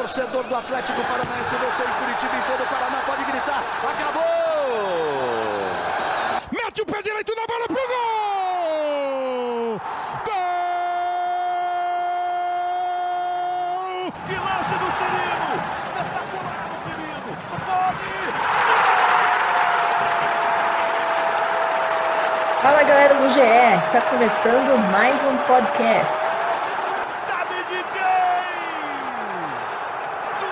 torcedor do Atlético Paranaense, você em Curitiba e todo o Paraná pode gritar, acabou! Mete o pé direito na bola pro gol! Gol! Que lance do Cirino! Espetacular do Cirino! Rony! Fala galera do GE, está começando mais um podcast. Sabe de quem? Do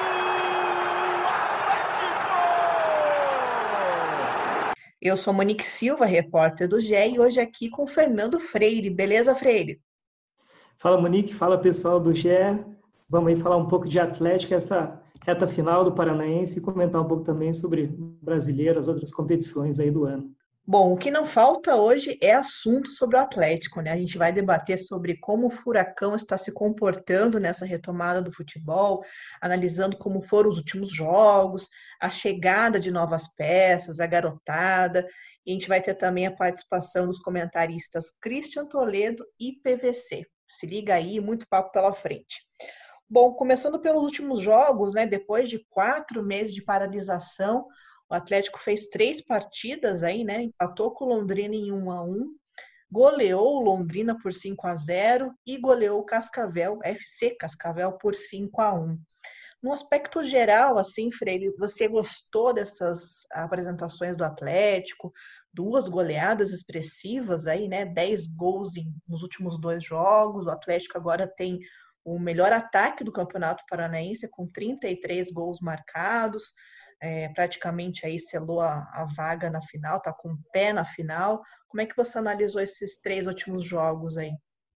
Atlético! Eu sou Monique Silva, repórter do GE, e hoje aqui com o Fernando Freire. Beleza, Freire? Fala, Monique. Fala, pessoal do GE. Vamos aí falar um pouco de Atlético, essa reta final do Paranaense, e comentar um pouco também sobre brasileiro, as outras competições aí do ano. Bom, o que não falta hoje é assunto sobre o Atlético, né? A gente vai debater sobre como o Furacão está se comportando nessa retomada do futebol, analisando como foram os últimos jogos, a chegada de novas peças, a garotada, e a gente vai ter também a participação dos comentaristas Christian Toledo e PVC. Se liga aí, muito papo pela frente. Bom, começando pelos últimos jogos, né? Depois de 4 meses de paralisação, o Atlético fez 3 partidas aí, né? Empatou com o Londrina em 1-1, goleou o Londrina por 5-0 e goleou o Cascavel, FC Cascavel, por 5-1. No aspecto geral, assim, Freire, você gostou dessas apresentações do Atlético? 2 goleadas expressivas aí, né? 10 gols nos últimos 2 jogos. O Atlético agora tem o melhor ataque do Campeonato Paranaense, com 33 gols marcados. Praticamente aí selou a vaga na final, tá com o pé na final. Como é que você analisou esses 3 últimos jogos aí?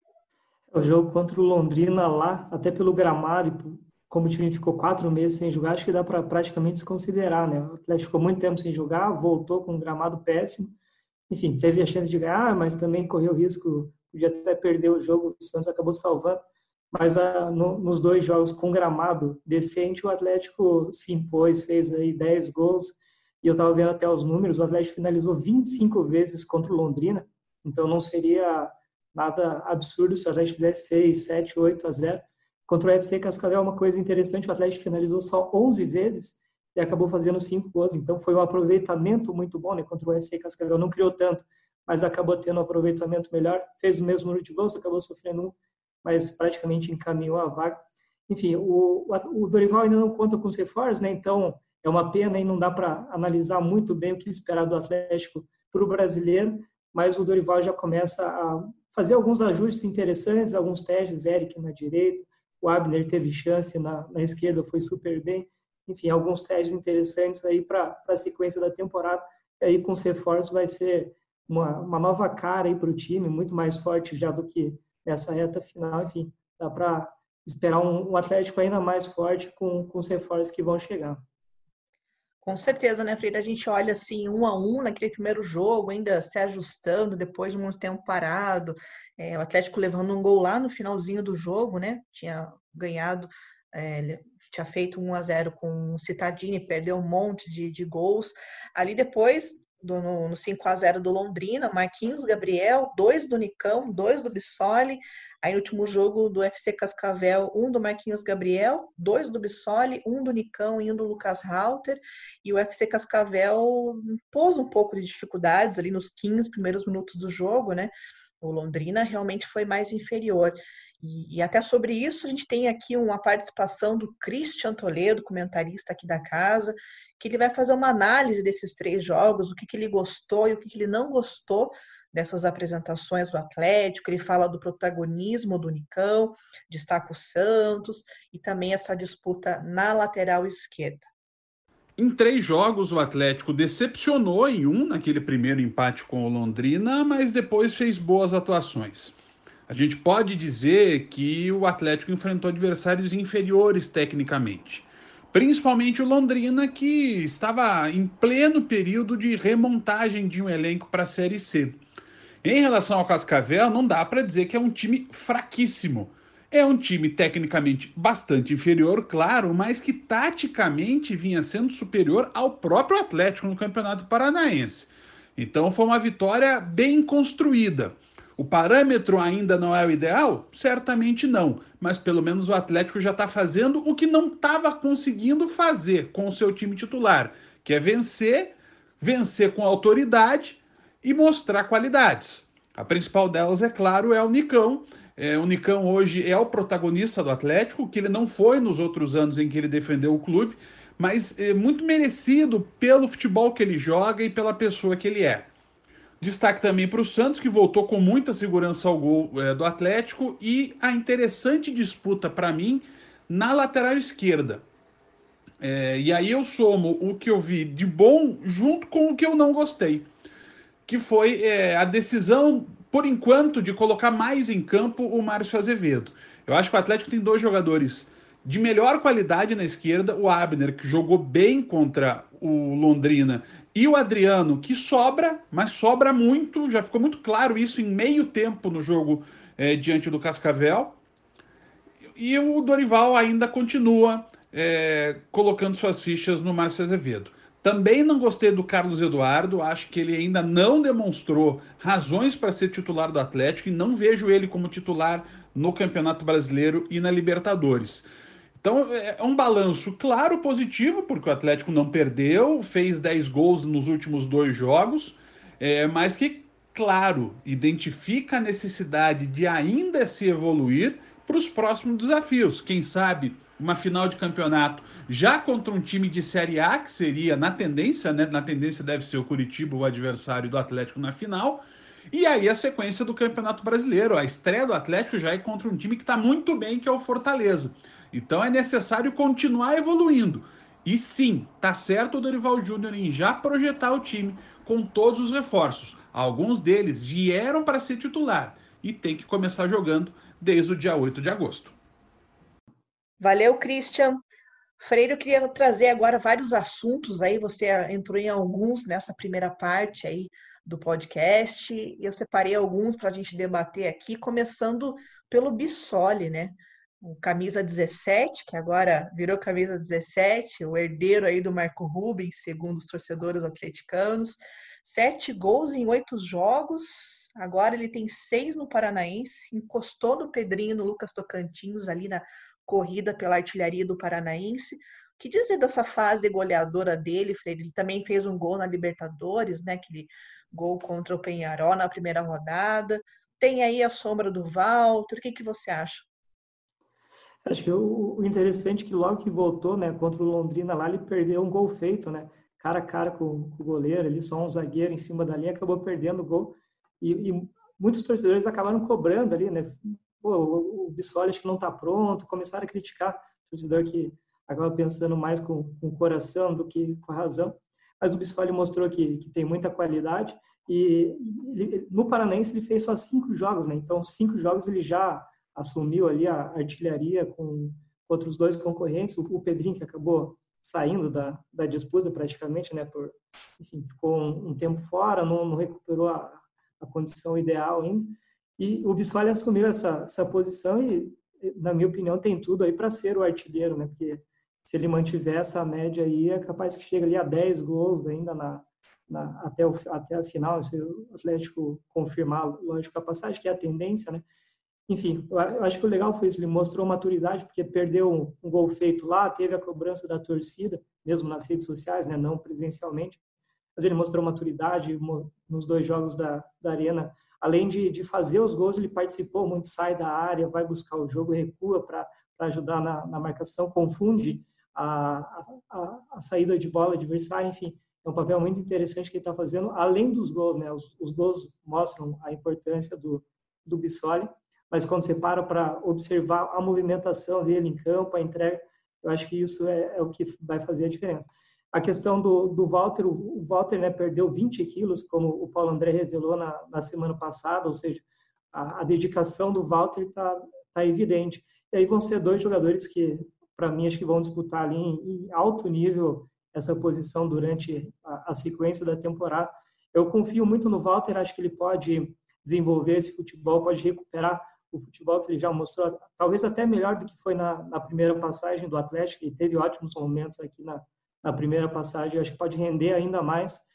O jogo contra o Londrina lá, até pelo gramado, como o time ficou 4 meses sem jogar, acho que dá para praticamente desconsiderar, né? O Atlético ficou muito tempo sem jogar, voltou com um gramado péssimo. Enfim, teve a chance de ganhar, mas também correu o risco, podia até perder o jogo, o Santos acabou salvando. Mas nos 2 jogos com gramado decente, o Atlético se impôs, fez aí 10 gols. E eu estava vendo até os números, o Atlético finalizou 25 vezes contra o Londrina. Então não seria nada absurdo se o Atlético fizesse 6, 7, 8-0. Contra o FC Cascavel, uma coisa interessante, o Atlético finalizou só 11 vezes e acabou fazendo 5 gols. Então foi um aproveitamento muito bom, né? Contra o FC Cascavel não criou tanto, mas acabou tendo um aproveitamento melhor. Fez o mesmo número de gols, acabou sofrendo 1, mas praticamente encaminhou a vaga. Enfim, o Dorival ainda não conta com os reforços, né? Então é uma pena e não dá para analisar muito bem o que esperar do Atlético para o brasileiro, mas o Dorival já começa a fazer alguns ajustes interessantes, alguns testes, Eric na direita, o Abner teve chance na esquerda, foi super bem. Enfim, alguns testes interessantes aí para a sequência da temporada. E aí com os reforços vai ser uma nova cara aí para o time, muito mais forte já do que nessa reta final. Enfim, dá para esperar um Atlético ainda mais forte com os reforços que vão chegar. Com certeza, né, Freire? A gente olha assim, 1-1 naquele primeiro jogo, ainda se ajustando depois de muito tempo parado. O Atlético levando um gol lá no finalzinho do jogo, né? Tinha ganhado, tinha feito 1-0 com o Cittadini, perdeu um monte de gols. Ali depois, no 5-0 do Londrina, Marquinhos Gabriel, 2 do Nicão, 2 do Bissoli. Aí no último jogo do FC Cascavel, 1 do Marquinhos Gabriel, 2 do Bissoli, 1 do Nicão e 1 do Lucas Halter. E o FC Cascavel pôs um pouco de dificuldades ali nos 15 primeiros minutos do jogo, né? O Londrina realmente foi mais inferior. E até sobre isso a gente tem aqui uma participação do Christian Toledo, comentarista aqui da casa, que ele vai fazer uma análise desses 3 jogos, o que ele gostou e o que ele não gostou dessas apresentações do Atlético. Ele fala do protagonismo do Nicão, destaca o Santos e também essa disputa na lateral esquerda. Em 3 jogos, o Atlético decepcionou em naquele primeiro empate com o Londrina, mas depois fez boas atuações. A gente pode dizer que o Atlético enfrentou adversários inferiores tecnicamente, principalmente o Londrina, que estava em pleno período de remontagem de um elenco para a Série C. Em relação ao Cascavel, não dá para dizer que é um time fraquíssimo. É um time tecnicamente bastante inferior, claro, mas que taticamente vinha sendo superior ao próprio Atlético no Campeonato Paranaense. Então foi uma vitória bem construída. O parâmetro ainda não é o ideal? Certamente não, mas pelo menos o Atlético já está fazendo o que não estava conseguindo fazer com o seu time titular, que é vencer com autoridade e mostrar qualidades. A principal delas, é claro, é o Nicão. O Nicão hoje é o protagonista do Atlético, que ele não foi nos outros anos em que ele defendeu o clube, mas é muito merecido pelo futebol que ele joga e pela pessoa que ele é. Destaque também para o Santos, que voltou com muita segurança ao gol do Atlético, e a interessante disputa para mim na lateral esquerda. E aí eu somo o que eu vi de bom junto com o que eu não gostei, que foi a decisão, por enquanto, de colocar mais em campo o Márcio Azevedo. Eu acho que o Atlético tem 2 jogadores de melhor qualidade na esquerda, o Abner, que jogou bem contra o Londrina, e o Adriano, que sobra, mas sobra muito, já ficou muito claro isso em meio tempo no jogo diante do Cascavel. E o Dorival ainda continua colocando suas fichas no Márcio Azevedo. Também não gostei do Carlos Eduardo, acho que ele ainda não demonstrou razões para ser titular do Atlético e não vejo ele como titular no Campeonato Brasileiro e na Libertadores. Então é um balanço claro positivo, porque o Atlético não perdeu, fez 10 gols nos últimos 2 jogos, mas que, claro, identifica a necessidade de ainda se evoluir para os próximos desafios. Quem sabe uma final de campeonato já contra um time de Série A, que seria na tendência, né? Na tendência deve ser o Curitiba, o adversário do Atlético na final. E aí a sequência do Campeonato Brasileiro. A estreia do Atlético já é contra um time que está muito bem, que é o Fortaleza. Então é necessário continuar evoluindo. E sim, tá certo o Dorival Júnior em já projetar o time com todos os reforços. Alguns deles vieram para ser titular e tem que começar jogando desde o dia 8 de agosto. Valeu, Christian. Freire, eu queria trazer agora vários assuntos aí, você entrou em alguns nessa primeira parte aí do podcast, e eu separei alguns para a gente debater aqui, começando pelo Bissoli, né? O camisa 17, que agora virou camisa 17, o herdeiro aí do Marco Rubens, segundo os torcedores atleticanos. 7 gols em 8 jogos, agora ele tem 6 no Paranaense, encostou no Pedrinho, no Lucas Tocantins, ali na corrida pela artilharia do Paranaense. O que dizer dessa fase goleadora dele, Freire? Ele também fez um gol na Libertadores, né? Aquele gol contra o Peñarol na primeira rodada. Tem aí a sombra do Walter. O que você acha? Acho que o interessante é que logo que voltou, né, contra o Londrina lá, ele perdeu um gol feito, né? Cara a cara com o goleiro, ali só um zagueiro em cima da linha, acabou perdendo o gol. E muitos torcedores acabaram cobrando ali, né? Pô, o Bissoli acho que não está pronto, começaram a criticar o torcedor que acaba pensando mais com o coração do que com a razão. Mas o Bissoli mostrou que tem muita qualidade e no Paranaense ele fez só 5 jogos, né? Então, 5 jogos ele já assumiu ali a artilharia com outros 2 concorrentes, o Pedrinho, que acabou saindo da disputa praticamente, né? Enfim, ficou um tempo fora, não recuperou a condição ideal ainda. E o Bissoli assumiu essa posição e, na minha opinião, tem tudo aí para ser o artilheiro, né? Porque se ele mantiver essa média aí, é capaz que chegue ali a 10 gols ainda até a final, se o Atlético confirmar, lógico, a passagem, que é a tendência, né? Enfim, eu acho que o legal foi isso, ele mostrou maturidade, porque perdeu um gol feito lá, teve a cobrança da torcida, mesmo nas redes sociais, né? Não presencialmente, mas ele mostrou maturidade nos 2 jogos da Arena. Além de fazer os gols, ele participou muito, sai da área, vai buscar o jogo, recua para ajudar na marcação, confunde a saída de bola adversária, enfim, é um papel muito interessante que ele está fazendo, além dos gols, né? Os gols mostram a importância do Bissoli, mas quando você para observar a movimentação dele em campo, a entrega, eu acho que isso é o que vai fazer a diferença. A questão do Walter, o Walter, né, perdeu 20 quilos, como o Paulo André revelou na semana passada, ou seja, a dedicação do Walter está evidente. E aí vão ser 2 jogadores que, para mim, acho que vão disputar ali em alto nível essa posição durante a sequência da temporada. Eu confio muito no Walter, acho que ele pode desenvolver esse futebol, pode recuperar o futebol que ele já mostrou, talvez até melhor do que foi na primeira passagem do Atlético, e teve ótimos momentos aqui na primeira passagem, acho que pode render ainda mais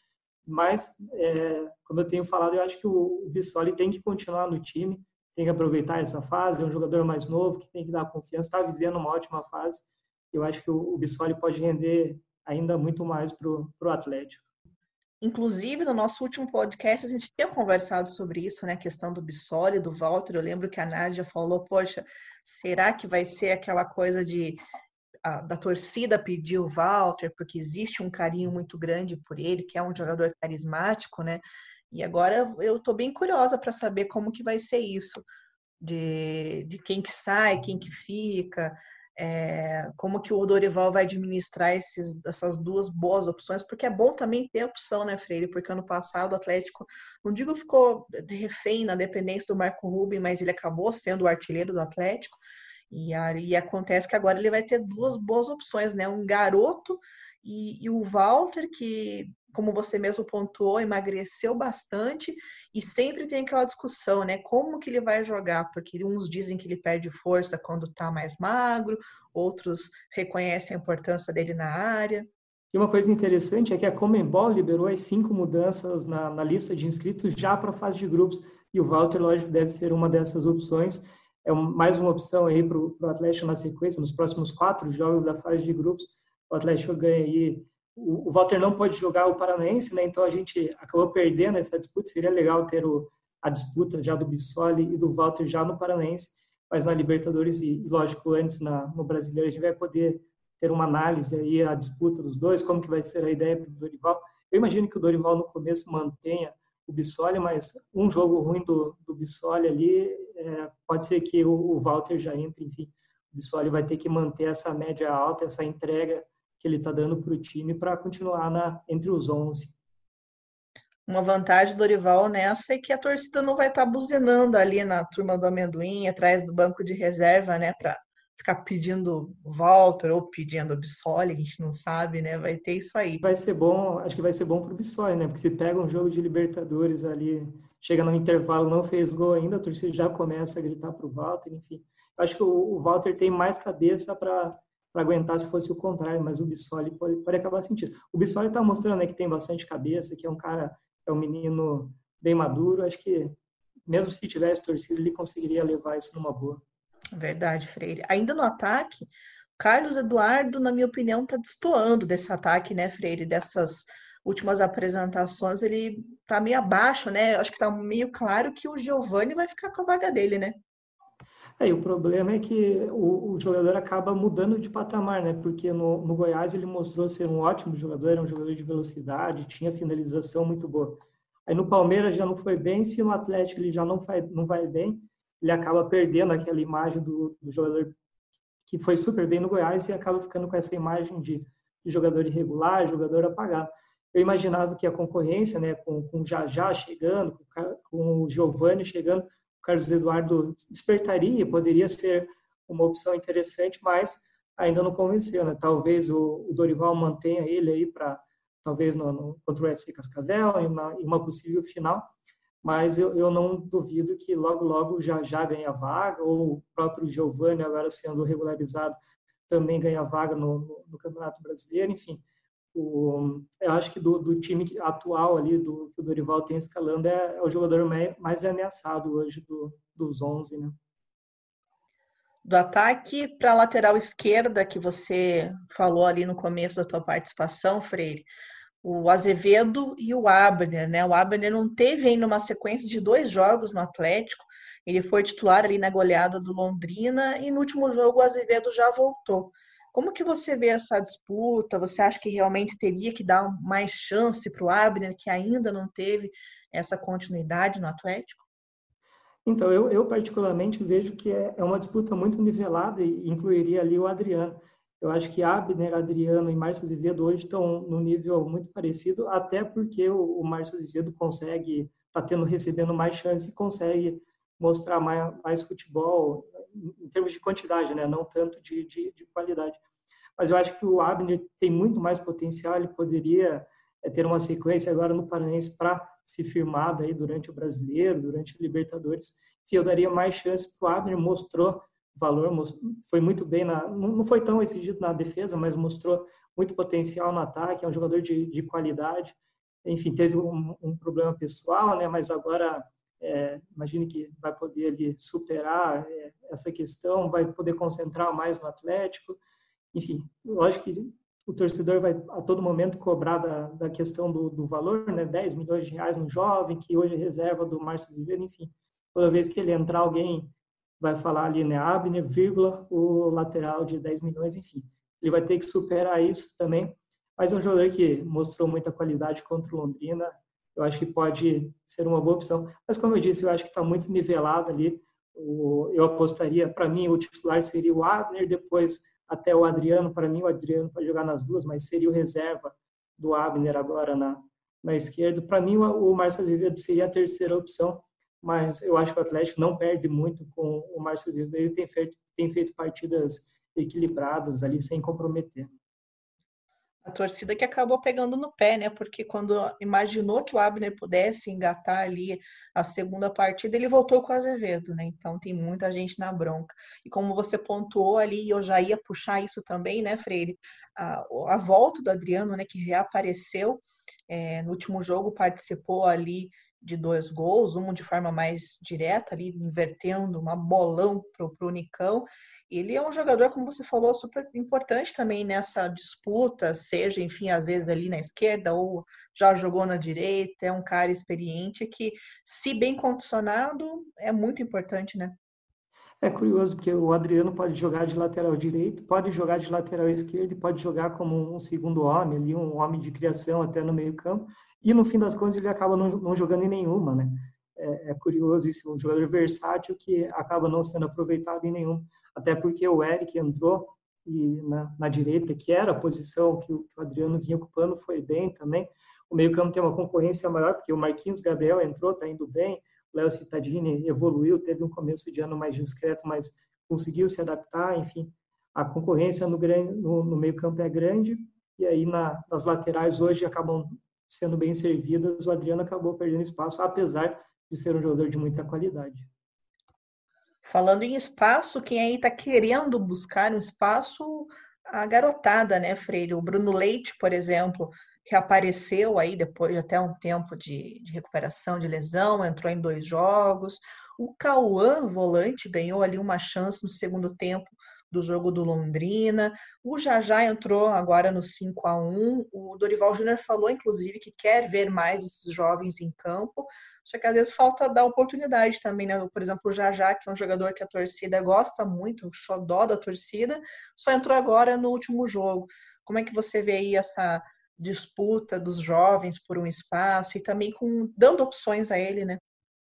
mas, como eu tenho falado, eu acho que o Bissoli tem que continuar no time, tem que aproveitar essa fase, é um jogador mais novo, que tem que dar confiança, está vivendo uma ótima fase. Eu acho que o Bissoli pode render ainda muito mais para o Atlético. Inclusive, no nosso último podcast, a gente tinha conversado sobre isso, né? A questão do Bissoli, do Walter. Eu lembro que a Nádia falou, poxa, será que vai ser aquela coisa da torcida pedir o Walter, porque existe um carinho muito grande por ele, que é um jogador carismático, né? E agora eu estou bem curiosa para saber como que vai ser isso, de quem que sai, quem que fica, como que o Dorival vai administrar essas duas boas opções, porque é bom também ter opção, né, Freire? Porque ano passado o Atlético, não digo ficou refém na dependência do Marco Ruben, mas ele acabou sendo o artilheiro do Atlético, e acontece que agora ele vai ter duas boas opções, né? Um garoto e o Walter, que, como você mesmo pontuou, emagreceu bastante e sempre tem aquela discussão, né? Como que ele vai jogar? Porque uns dizem que ele perde força quando está mais magro, outros reconhecem a importância dele na área. E uma coisa interessante é que a Conmebol liberou as 5 mudanças na lista de inscritos já para a fase de grupos, e o Walter, lógico, deve ser uma dessas opções. É mais uma opção aí para o Atlético na sequência, nos próximos 4 jogos da fase de grupos. O Atlético ganha aí. O Walter não pode jogar o Paranaense, né? Então a gente acabou perdendo essa disputa. Seria legal ter a disputa já do Bissoli e do Walter já no Paranaense, mas na Libertadores e lógico, antes no Brasileiro, a gente vai poder ter uma análise aí, a disputa dos dois, como que vai ser a ideia para o Dorival. Eu imagino que o Dorival no começo mantenha o Bissoli, mas um jogo ruim do Bissoli ali, pode ser que o Walter já entre, enfim. O Bissoli vai ter que manter essa média alta, essa entrega que ele está dando para o time para continuar entre os 11. Uma vantagem do Dorival nessa é que a torcida não vai estar buzinando ali na turma do amendoim, atrás do banco de reserva, né, para ficar pedindo Walter ou pedindo Bissoli, a gente não sabe, né, vai ter isso aí. Vai ser bom, acho que vai ser bom para o Bissoli, né, porque se pega um jogo de Libertadores ali, chega no intervalo, não fez gol ainda, a torcida já começa a gritar para o Walter, enfim. Acho que o Walter tem mais cabeça para aguentar se fosse o contrário, mas o Bissoli pode acabar sentindo. O Bissoli está mostrando, né, que tem bastante cabeça, que é um menino bem maduro. Acho que mesmo se tivesse torcida, ele conseguiria levar isso numa boa. Verdade, Freire. Ainda no ataque, Carlos Eduardo, na minha opinião, está destoando desse ataque, né, Freire? Dessas últimas apresentações, ele está meio abaixo, né? Acho que está meio claro que o Giovani vai ficar com a vaga dele, né? E o problema é que o jogador acaba mudando de patamar, né? Porque no Goiás ele mostrou ser um ótimo jogador, era um jogador de velocidade, tinha finalização muito boa. Aí no Palmeiras já não foi bem, se no Atlético ele já não vai bem, ele acaba perdendo aquela imagem do jogador que foi super bem no Goiás e acaba ficando com essa imagem de jogador irregular, jogador apagado. Eu imaginava que a concorrência, né, com o Jajá chegando, com o Giovani chegando, o Carlos Eduardo despertaria, poderia ser uma opção interessante, mas ainda não convenceu, né? Talvez o Dorival mantenha ele aí para, talvez contra o FC Cascavel, em uma possível final, mas eu não duvido que logo já ganha vaga, ou o próprio Giovani, agora sendo regularizado, também ganha vaga no Campeonato Brasileiro, enfim. Eu acho que do time atual ali, que o Dorival tem escalando, é o jogador mais ameaçado hoje dos 11, né? Do ataque para a lateral esquerda, que você falou ali no começo da tua participação, Freire, o Azevedo e o Abner, né? O Abner não teve ainda uma sequência de 2 jogos no Atlético, ele foi titular ali na goleada do Londrina e no último jogo o Azevedo já voltou. Como que você vê essa disputa? Você acha que realmente teria que dar mais chance para o Abner, que ainda não teve essa continuidade no Atlético? Então, eu particularmente vejo que é uma disputa muito nivelada e incluiria ali o Adriano. Eu acho que Abner, Adriano e Márcio Azevedo hoje estão num nível muito parecido, até porque o Márcio Azevedo recebendo mais chance e consegue mostrar mais futebol em termos de quantidade, né? Não tanto de qualidade. Mas eu acho que o Abner tem muito mais potencial, ele poderia ter uma sequência agora no Paranaense para se firmar daí durante o Brasileiro, durante o Libertadores. Enfim, eu daria mais chance para o Abner, mostrou valor, foi muito bem, não foi tão exigido na defesa, mas mostrou muito potencial no ataque, é um jogador de qualidade. enfim, teve um problema pessoal, né? Mas agora imagine que vai poder ali superar essa questão, vai poder concentrar mais no Atlético. Enfim, lógico que o torcedor vai a todo momento cobrar da questão do valor, né? 10 milhões de reais no jovem, que hoje é reserva do Márcio Azevedo, enfim. Toda vez que ele entrar, alguém vai falar ali, né? Abner, vírgula, o lateral de 10 milhões, enfim. Ele vai ter que superar isso também. Mas é um jogador que mostrou muita qualidade contra o Londrina. Eu acho que pode ser uma boa opção. Mas, como eu disse, eu acho que está muito nivelado ali. Eu apostaria, para mim, o titular seria o Abner, depois até o Adriano. Para mim, o Adriano pode jogar nas duas, mas seria o reserva do Abner agora na esquerda. Para mim, o Márcio Azevedo seria a terceira opção, mas eu acho que o Atlético não perde muito com o Márcio Azevedo. Ele tem feito partidas equilibradas ali, sem comprometer. A torcida que acabou pegando no pé, né? Porque quando imaginou que o Abner pudesse engatar ali a segunda partida, ele voltou com o Azevedo, né? Então tem muita gente na bronca. E como você pontuou ali, eu já ia puxar isso também, né, Freire? A volta do Adriano, né, que reapareceu no último jogo, participou ali de 2 gols, um de forma mais direta ali, invertendo uma bolão pro Nicão. Ele é um jogador, como você falou, super importante também nessa disputa, seja, enfim, às vezes ali na esquerda ou já jogou na direita, é um cara experiente que, se bem condicionado, é muito importante, né? É curioso, porque o Adriano pode jogar de lateral direito, pode jogar de lateral esquerdo e pode jogar como um segundo homem, ali, um homem de criação até no meio campo, e no fim das contas ele acaba não jogando em nenhuma, né? É curioso isso, um jogador versátil que acaba não sendo aproveitado em nenhum. Até porque o Eric entrou e na direita, que era a posição que o Adriano vinha ocupando, foi bem também. O meio-campo tem uma concorrência maior, porque o Marquinhos Gabriel entrou, está indo bem. O Léo Cittadini evoluiu, teve um começo de ano mais discreto, mas conseguiu se adaptar. Enfim, a concorrência no meio-campo é grande. E aí nas laterais hoje acabam sendo bem servidas. O Adriano acabou perdendo espaço, apesar de ser um jogador de muita qualidade. Falando em espaço, quem aí está querendo buscar um espaço, a garotada, né, Freire? O Bruno Leite, por exemplo, que apareceu aí depois de até um tempo de recuperação de lesão, entrou em 2 jogos. O Cauã, volante, ganhou ali uma chance no segundo tempo do jogo do Londrina. O Jajá entrou agora no 5-1. O Dorival Júnior falou, inclusive, que quer ver mais esses jovens em campo. Só que às vezes falta dar oportunidade também, né? Por exemplo, o Jajá, que é um jogador que a torcida gosta muito, o xodó da torcida, só entrou agora no último jogo. Como é que você vê aí essa disputa dos jovens por um espaço e também dando opções a ele, né?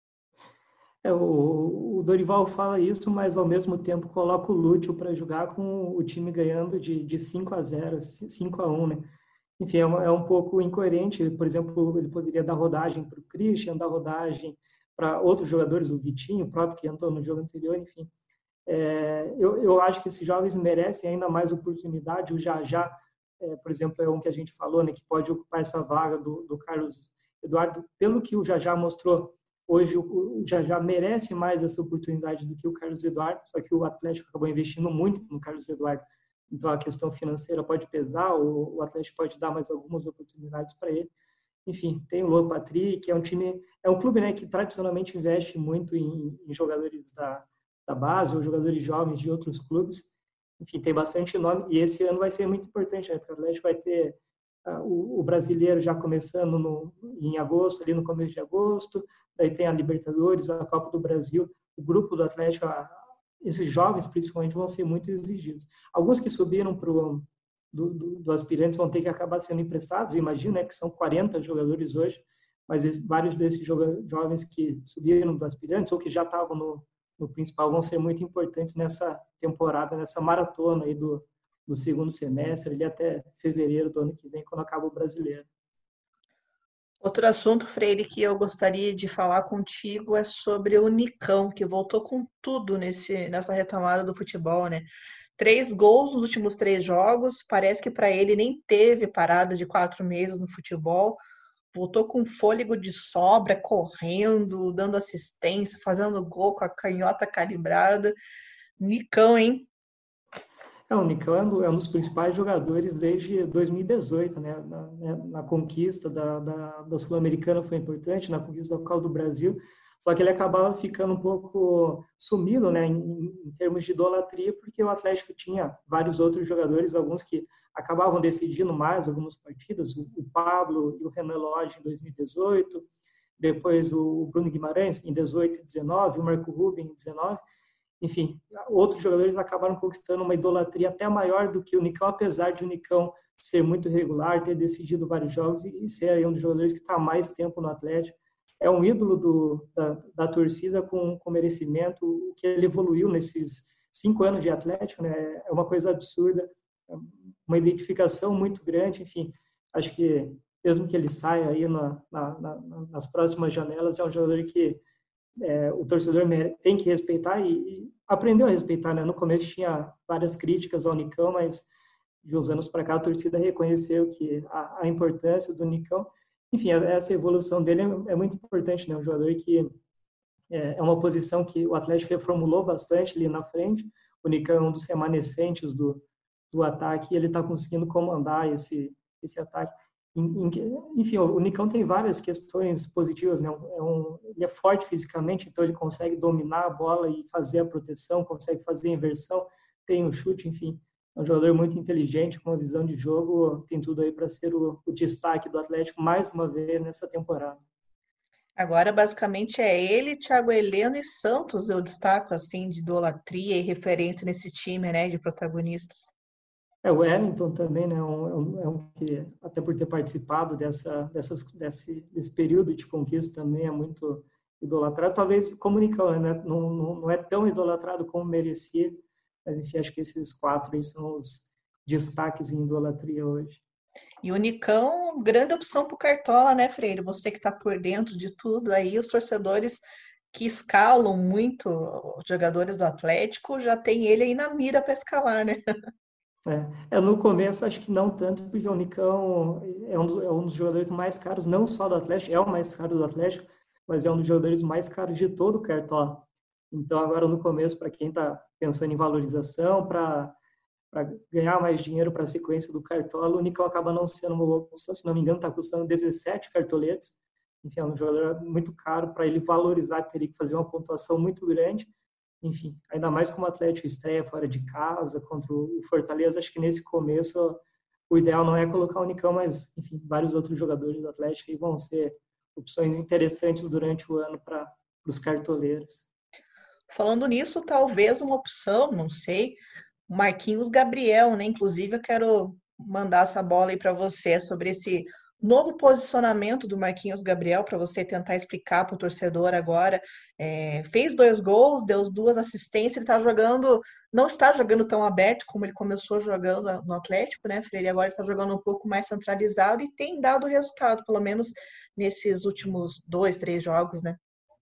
O Dorival fala isso, mas ao mesmo tempo coloca o Lúcio para jogar com o time ganhando de 5-0, 5-1, né? Enfim, é um pouco incoerente. Por exemplo, ele poderia dar rodagem para o Christian, dar rodagem para outros jogadores, o Vitinho, o próprio que entrou no jogo anterior, enfim. Eu acho que esses jovens merecem ainda mais oportunidade. O Jajá, por exemplo, é um que a gente falou, né, que pode ocupar essa vaga do Carlos Eduardo. Pelo que o Jajá mostrou, hoje o Jajá merece mais essa oportunidade do que o Carlos Eduardo, só que o Atlético acabou investindo muito no Carlos Eduardo. Então, a questão financeira pode pesar, o Atlético pode dar mais algumas oportunidades para ele. Enfim, tem o Lô Patrick, é um clube, né, que tradicionalmente investe muito em jogadores da base ou jogadores jovens de outros clubes. Enfim, tem bastante nome e esse ano vai ser muito importante, né, porque o Atlético vai ter o brasileiro já começando em agosto, ali no começo de agosto, daí tem a Libertadores, a Copa do Brasil, o grupo do Atlético, esses jovens principalmente vão ser muito exigidos. Alguns que subiram do aspirantes vão ter que acabar sendo emprestados, imagina, né, que são 40 jogadores hoje, mas vários desses jovens que subiram do aspirantes ou que já estavam no principal vão ser muito importantes nessa temporada, nessa maratona aí do segundo semestre, ali até fevereiro do ano que vem, quando acaba o brasileiro. Outro assunto, Freire, que eu gostaria de falar contigo é sobre o Nicão, que voltou com tudo nessa retomada do futebol, né? 3 gols nos últimos 3 jogos, parece que para ele nem teve parada de 4 meses no futebol, voltou com fôlego de sobra, correndo, dando assistência, fazendo gol com a canhota calibrada. Nicão, hein? O Nicão é um dos principais jogadores desde 2018, né? Na conquista da Sul-Americana foi importante, na conquista da Copa do Brasil, só que ele acabava ficando um pouco sumido, né, em termos de idolatria, porque o Atlético tinha vários outros jogadores, alguns que acabavam decidindo mais algumas partidas, o Pablo e o Renan Lodge em 2018, depois o Bruno Guimarães em 18 e 19, o Marco Ruben em 19, enfim, outros jogadores acabaram conquistando uma idolatria até maior do que o Nicão, apesar de o Nicão ser muito regular, ter decidido vários jogos e ser aí um dos jogadores que está há mais tempo no Atlético. É um ídolo da torcida com merecimento. O que ele evoluiu nesses 5 anos de Atlético, né, é uma coisa absurda, uma identificação muito grande. Enfim, acho que mesmo que ele saia aí nas próximas janelas, é um jogador que o torcedor tem que respeitar e aprendeu a respeitar, né? No começo tinha várias críticas ao Nicão, mas de uns anos para cá a torcida reconheceu que a importância do Nicão. Enfim, essa evolução dele é muito importante, né? Um jogador que é uma posição que o Atlético reformulou bastante ali na frente. O Nicão é um dos remanescentes do ataque e ele está conseguindo comandar esse ataque. Enfim, o Nicão tem várias questões positivas, né? Ele é forte fisicamente, então ele consegue dominar a bola e fazer a proteção, consegue fazer a inversão, tem o chute, enfim. É um jogador muito inteligente, com uma visão de jogo, tem tudo aí para ser o destaque do Atlético mais uma vez nessa temporada. Agora, basicamente, é ele, Thiago Heleno e Santos, eu destaco, assim, de idolatria e referência nesse time, né, de protagonistas. O Wellington também, né, é um que, até por ter participado desse período de conquista, também é muito idolatrado. Talvez como o Nicão, né, não é tão idolatrado como merecia, mas enfim, acho que esses 4 aí são os destaques em idolatria hoje. E o Nicão, grande opção para o Cartola, né, Freire? Você que está por dentro de tudo aí, os torcedores que escalam muito os jogadores do Atlético, já tem ele aí na mira para escalar, né? No começo acho que não tanto, porque o Nicão é um dos jogadores mais caros, não só do Atlético, é o mais caro do Atlético, mas é um dos jogadores mais caros de todo o Cartola. Então agora no começo, para quem está pensando em valorização, para ganhar mais dinheiro para a sequência do Cartola, o Nicão acaba não sendo uma boa opção, se não me engano está custando 17 cartoletas, enfim, é um jogador muito caro, para ele valorizar teria que fazer uma pontuação muito grande. Enfim, ainda mais como o Atlético estreia fora de casa contra o Fortaleza, acho que nesse começo o ideal não é colocar o Nicão, mas, enfim, vários outros jogadores do Atlético aí vão ser opções interessantes durante o ano para os cartoleiros. Falando nisso, talvez uma opção, não sei, o Marquinhos Gabriel, né? Inclusive, eu quero mandar essa bola aí para você sobre esse novo posicionamento do Marquinhos Gabriel, para você tentar explicar para o torcedor agora. Fez 2 gols, deu 2 assistências, ele não está jogando tão aberto como ele começou jogando no Atlético, né, Freire? Agora está jogando um pouco mais centralizado e tem dado resultado, pelo menos nesses últimos 2, 3 jogos, né?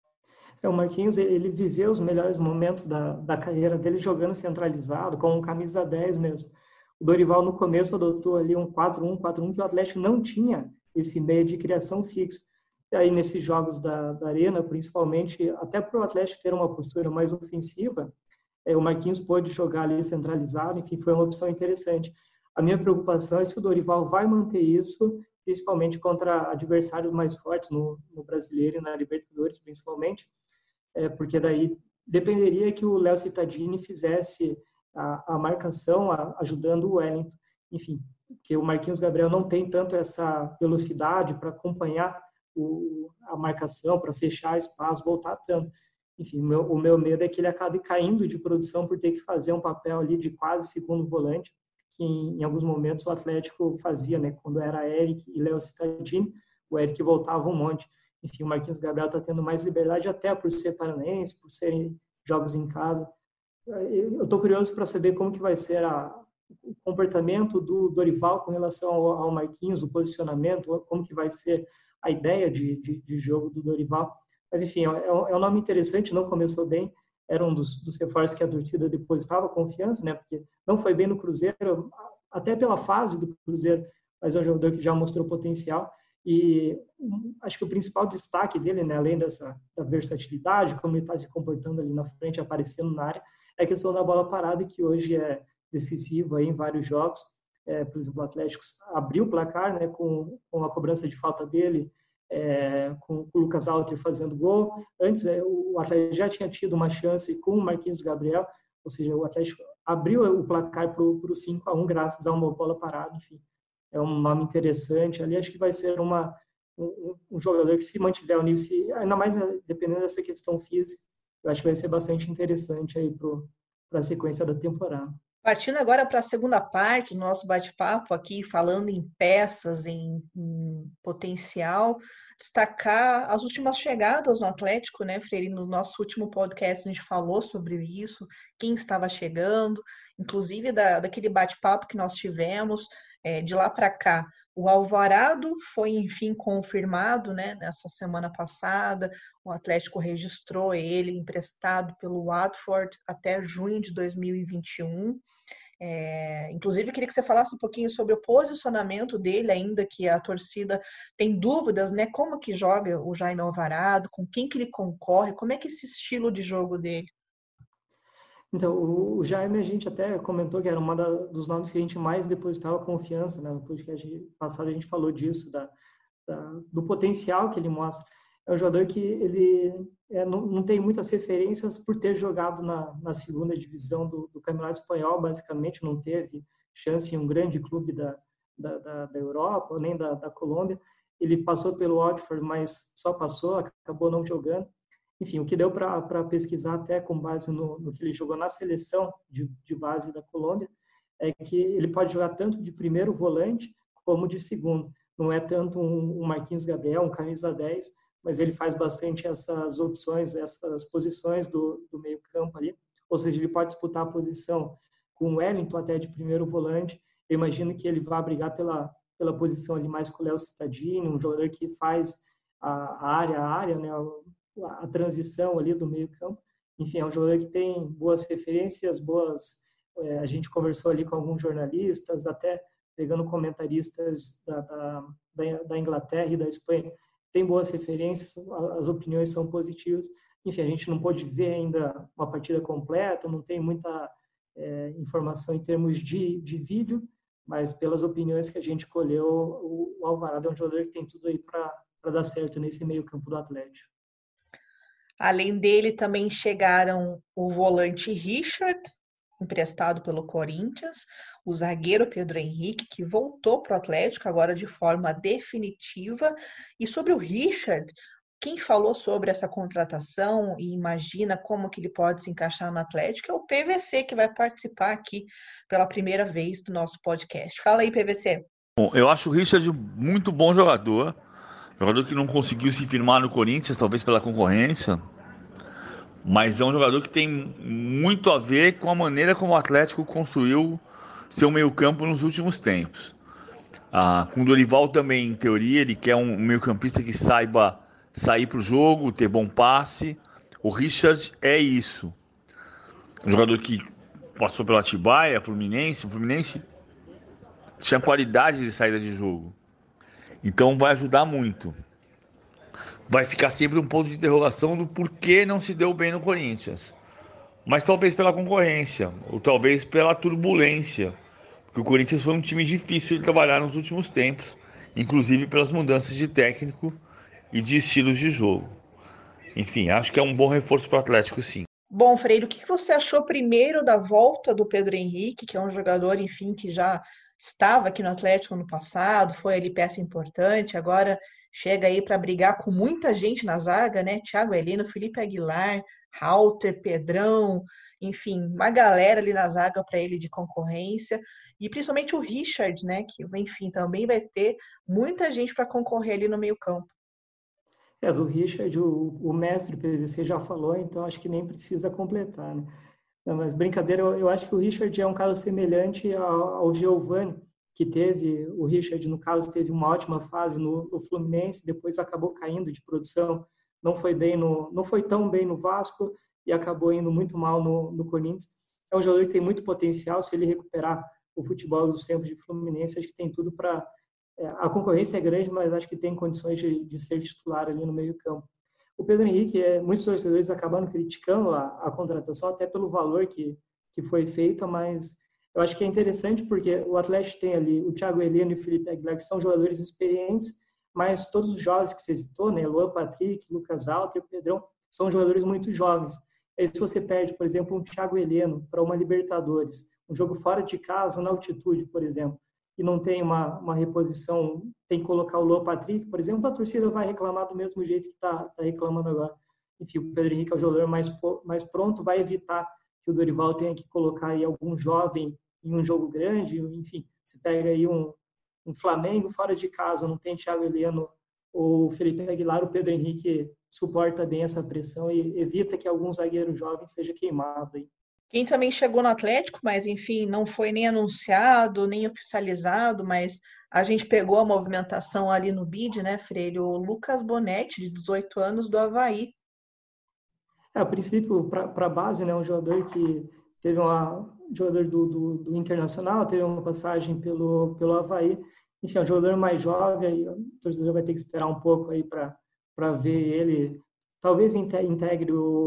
O Marquinhos, ele viveu os melhores momentos da carreira dele jogando centralizado, com um camisa 10 mesmo. O Dorival, no começo, adotou ali um 4-1-4-1, que o Atlético não tinha esse meio de criação fixo. E aí, nesses jogos da Arena, principalmente, até para o Atlético ter uma postura mais ofensiva, o Marquinhos pôde jogar ali centralizado, enfim, foi uma opção interessante. A minha preocupação é se o Dorival vai manter isso, principalmente contra adversários mais fortes no Brasileiro e na Libertadores, principalmente, porque daí dependeria que o Léo Cittadini fizesse a marcação, ajudando o Wellington. Enfim, porque o Marquinhos Gabriel não tem tanto essa velocidade para acompanhar a marcação, para fechar espaço, voltar tanto. Enfim, o meu medo é que ele acabe caindo de produção por ter que fazer um papel ali de quase segundo volante, que em alguns momentos o Atlético fazia, né? Quando era Eric e Léo Cittadini, o Eric voltava um monte. Enfim, o Marquinhos Gabriel está tendo mais liberdade, até por ser paranaense, por serem jogos em casa. Eu estou curioso para saber como que vai ser o comportamento do Dorival com relação ao Marquinhos, o posicionamento, como que vai ser a ideia de jogo do Dorival. Mas, enfim, é um nome interessante, não começou bem, era um dos reforços que a torcida depositava confiança, né? Porque não foi bem no Cruzeiro, até pela fase do Cruzeiro, mas é um jogador que já mostrou potencial. E acho que o principal destaque dele, né, além da versatilidade, como ele está se comportando ali na frente, aparecendo na área, é a questão da bola parada, que hoje é decisivo aí em vários jogos. Por exemplo, o Atlético abriu o placar, né, com a cobrança de falta dele, com o Lucas Alter fazendo gol. Antes, o Atlético já tinha tido uma chance com o Marquinhos Gabriel, ou seja, o Atlético abriu o placar para o 5-1 graças a uma bola parada. Enfim, é um nome interessante ali. Acho que vai ser um jogador que, se mantiver o nível, ainda mais dependendo dessa questão física, eu acho que vai ser bastante interessante aí para a sequência da temporada. Partindo agora para a segunda parte do nosso bate-papo aqui, falando em peças, em potencial, destacar as últimas chegadas no Atlético, né, Freire? No nosso último podcast a gente falou sobre isso, quem estava chegando, inclusive daquele bate-papo que nós tivemos, de lá para cá. O Alvarado foi, enfim, confirmado, né, nessa semana passada. O Atlético registrou ele emprestado pelo Watford até junho de 2021. Inclusive, eu queria que você falasse um pouquinho sobre o posicionamento dele, ainda que a torcida tem dúvidas, né? Como que joga o Jaime Alvarado, com quem que ele concorre, como é que é esse estilo de jogo dele? Então, o Jaime, a gente até comentou que era dos nomes que a gente mais depositava confiança, né? No podcast passado a gente falou disso, do potencial que ele mostra. É um jogador que ele não tem muitas referências por ter jogado na segunda divisão do Campeonato Espanhol, basicamente não teve chance em um grande clube da Europa, nem da Colômbia. Ele passou pelo Watford, mas só passou, acabou não jogando. Enfim, o que deu para pesquisar até com base no que ele jogou na seleção de base da Colômbia é que ele pode jogar tanto de primeiro volante como de segundo. Não é tanto um Marquinhos Gabriel, um camisa 10, mas ele faz bastante essas opções, essas posições do meio campo ali. Ou seja, ele pode disputar a posição com o Wellington até de primeiro volante. Eu imagino que ele vai brigar pela posição ali mais com o Léo Cittadini, um jogador que faz a área, né, a transição ali do meio campo. Enfim, é um jogador que tem boas referências, a gente conversou ali com alguns jornalistas, até pegando comentaristas da Inglaterra e da Espanha, tem boas referências, as opiniões são positivas. Enfim, a gente não pôde ver ainda uma partida completa, não tem muita informação em termos de vídeo, mas pelas opiniões que a gente colheu, o Alvarado é um jogador que tem tudo aí para dar certo nesse meio campo do Atlético. Além dele, também chegaram o volante Richard, emprestado pelo Corinthians, o zagueiro Pedro Henrique, que voltou para o Atlético agora de forma definitiva. E sobre o Richard, quem falou sobre essa contratação e imagina como que ele pode se encaixar no Atlético é o PVC, que vai participar aqui pela primeira vez do nosso podcast. Fala aí, PVC. Bom, eu acho o Richard muito bom jogador que não conseguiu se firmar no Corinthians, talvez pela concorrência, mas é um jogador que tem muito a ver com a maneira como o Atlético construiu seu meio-campo nos últimos tempos. Com o Dorival também, em teoria, ele quer um meio-campista que saiba sair para o jogo, ter bom passe. O Richard é isso. Um jogador que passou pelo Atibaia, Fluminense. O Fluminense tinha qualidade de saída de jogo. Então vai ajudar muito. Vai ficar sempre um ponto de interrogação do porquê não se deu bem no Corinthians. Mas talvez pela concorrência, ou talvez pela turbulência. Porque o Corinthians foi um time difícil de trabalhar nos últimos tempos, inclusive pelas mudanças de técnico e de estilos de jogo. Enfim, acho que é um bom reforço para o Atlético, sim. Bom, Freire, o que você achou primeiro da volta do Pedro Henrique, que é um jogador, enfim, que já estava aqui no Atlético no passado, foi ali peça importante, agora chega aí para brigar com muita gente na zaga, né? Thiago Heleno, Felipe Aguilar, Halter, Pedrão, enfim, uma galera ali na zaga para ele de concorrência. E principalmente o Richard, né? Que, enfim, também vai ter muita gente para concorrer ali no meio-campo. Do Richard, o mestre PVC já falou, então acho que nem precisa completar, né? Não, mas brincadeira, eu acho que o Richard é um caso semelhante ao Giovani, que o Richard, no caso, teve uma ótima fase no Fluminense, depois acabou caindo de produção, não foi tão bem no Vasco e acabou indo muito mal no Corinthians. É um jogador que tem muito potencial, se ele recuperar o futebol dos tempos de Fluminense, acho que tem tudo para... A concorrência é grande, mas acho que tem condições de ser titular ali no meio-campo. O Pedro Henrique, muitos torcedores acabaram criticando a contratação, até pelo valor que foi feita, mas Eu acho que é interessante porque o Atlético tem ali o Thiago Heleno e o Felipe Aguilar, que são jogadores experientes, mas todos os jovens que você citou, né, Luan Patrick, Lucas Alter, Pedrão, são jogadores muito jovens. Aí se você perde, por exemplo, um Thiago Heleno para uma Libertadores, um jogo fora de casa, na altitude, por exemplo, e não tem uma reposição, tem que colocar o Luan Patrick, por exemplo, a torcida vai reclamar do mesmo jeito que está reclamando agora. Enfim, o Pedro Henrique é o jogador mais pronto, vai evitar que o Dorival tenha que colocar aí algum jovem em um jogo grande. Enfim, você pega aí um Flamengo fora de casa, não tem Thiago Heleno ou Felipe Aguilar, o Pedro Henrique suporta bem essa pressão e evita que algum zagueiro jovem seja queimado aí. Quem também chegou no Atlético, mas enfim, não foi nem anunciado, nem oficializado, mas a gente pegou a movimentação ali no bid, né, Freire? O Lucas Bonetti, de 18 anos, do Avaí. A princípio, para a base, né, um jogador que teve jogador do Internacional, teve uma passagem pelo Avaí. Enfim, é um jogador mais jovem, aí o torcedor vai ter que esperar um pouco aí para ver ele. Talvez entregue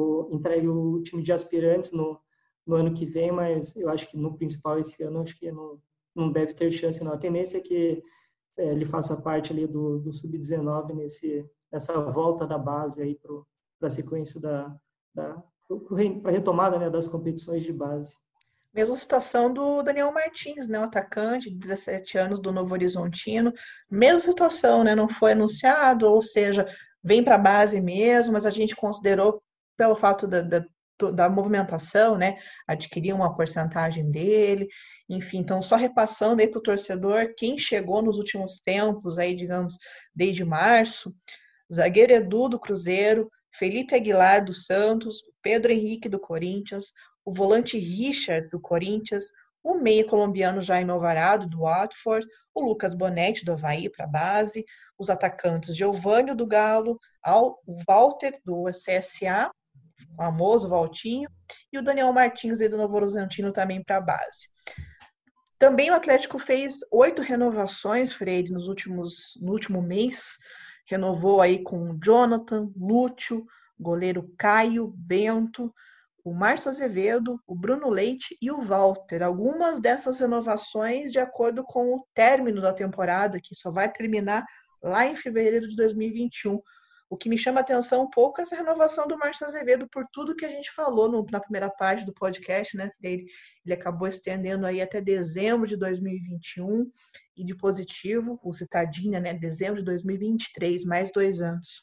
o time de aspirantes no ano que vem, mas eu acho que no principal esse ano, acho que não deve ter chance, não. A tendência é que ele faça parte ali do Sub-19 nessa volta da base aí para a sequência para a retomada, né, das competições de base. Mesma situação do Daniel Martins, né, o atacante de 17 anos do Novo Horizontino. Mesma situação, né, não foi anunciado, ou seja, vem para a base mesmo, mas a gente considerou, pelo fato da movimentação, né, adquirir uma porcentagem dele, enfim, então só repassando aí para o torcedor, quem chegou nos últimos tempos, aí, digamos, desde março, zagueiro Edu do Cruzeiro, Felipe Aguilar do Santos, Pedro Henrique do Corinthians, o volante Richard do Corinthians, o meia colombiano Jaime Alvarado do Watford, o Lucas Bonetti do Avaí para a base, os atacantes Giovânio do Galo, o Walter do CSA, o famoso Valtinho, e o Daniel Martins aí do Novo Horizontino também para a base. Também o Atlético fez 8 renovações, Freire, no último mês. Renovou aí com o Jonathan, Lúcio, goleiro Caio, Bento, o Márcio Azevedo, o Bruno Leite e o Walter. Algumas dessas renovações de acordo com o término da temporada, que só vai terminar lá em fevereiro de 2021. O que me chama a atenção um pouco é essa renovação do Márcio Azevedo por tudo que a gente falou na primeira parte do podcast, né? Ele acabou estendendo aí até dezembro de 2021 e de positivo, o Citadinha, né? Dezembro de 2023, mais 2 anos.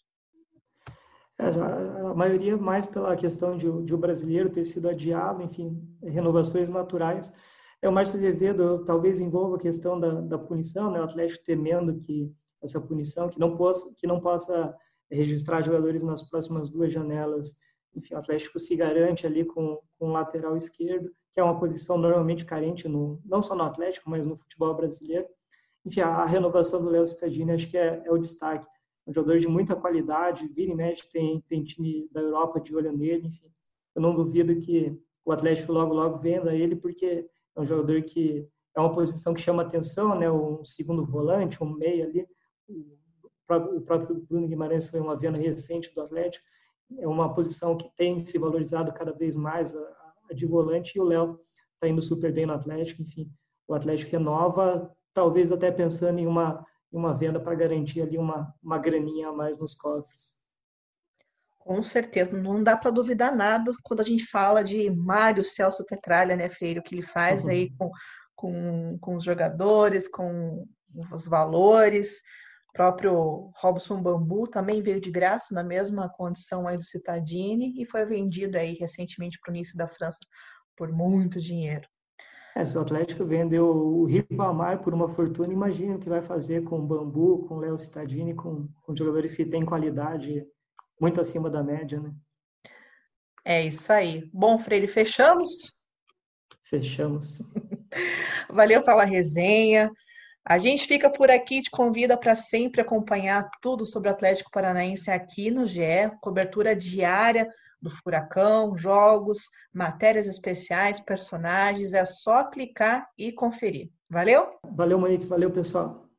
A maioria mais pela questão de o brasileiro ter sido adiado, enfim, renovações naturais. O Márcio Azevedo talvez envolva a questão da punição, né? O Atlético temendo que essa punição, que não possa registrar jogadores nas próximas 2 janelas. Enfim, o Atlético se garante ali com o lateral esquerdo, que é uma posição normalmente carente, não só no Atlético, mas no futebol brasileiro. Enfim, a renovação do Léo Cittadini acho que é o destaque. Um jogador de muita qualidade, vira e mexe, tem time da Europa de olho nele. Enfim, eu não duvido que o Atlético logo venda ele, porque é um jogador que é uma posição que chama atenção, né? Um segundo volante, um meia ali. O próprio Bruno Guimarães foi uma venda recente do Atlético. É uma posição que tem se valorizado cada vez mais, a de volante, e o Léo está indo super bem no Atlético. Enfim, o Atlético renova, talvez até pensando em uma venda para garantir ali uma graninha a mais nos cofres. Com certeza, não dá para duvidar nada quando a gente fala de Mário Celso Petralha, né, Freire, o que ele faz aí com os jogadores, com os valores. O próprio Robson Bambu também veio de graça na mesma condição aí do Cittadini e foi vendido aí recentemente para o Nice da França por muito dinheiro. Se o Atlético vendeu o Ribamar por uma fortuna, imagina o que vai fazer com o Bambu, com o Léo Cittadini, com jogadores que têm qualidade muito acima da média, né? É isso aí. Bom, Freire, fechamos? Fechamos. Valeu pela resenha. A gente fica por aqui, te convida para sempre acompanhar tudo sobre o Atlético Paranaense aqui no GE, cobertura diária do Furacão, jogos, matérias especiais, personagens, é só clicar e conferir. Valeu? Valeu, Monique, valeu, pessoal.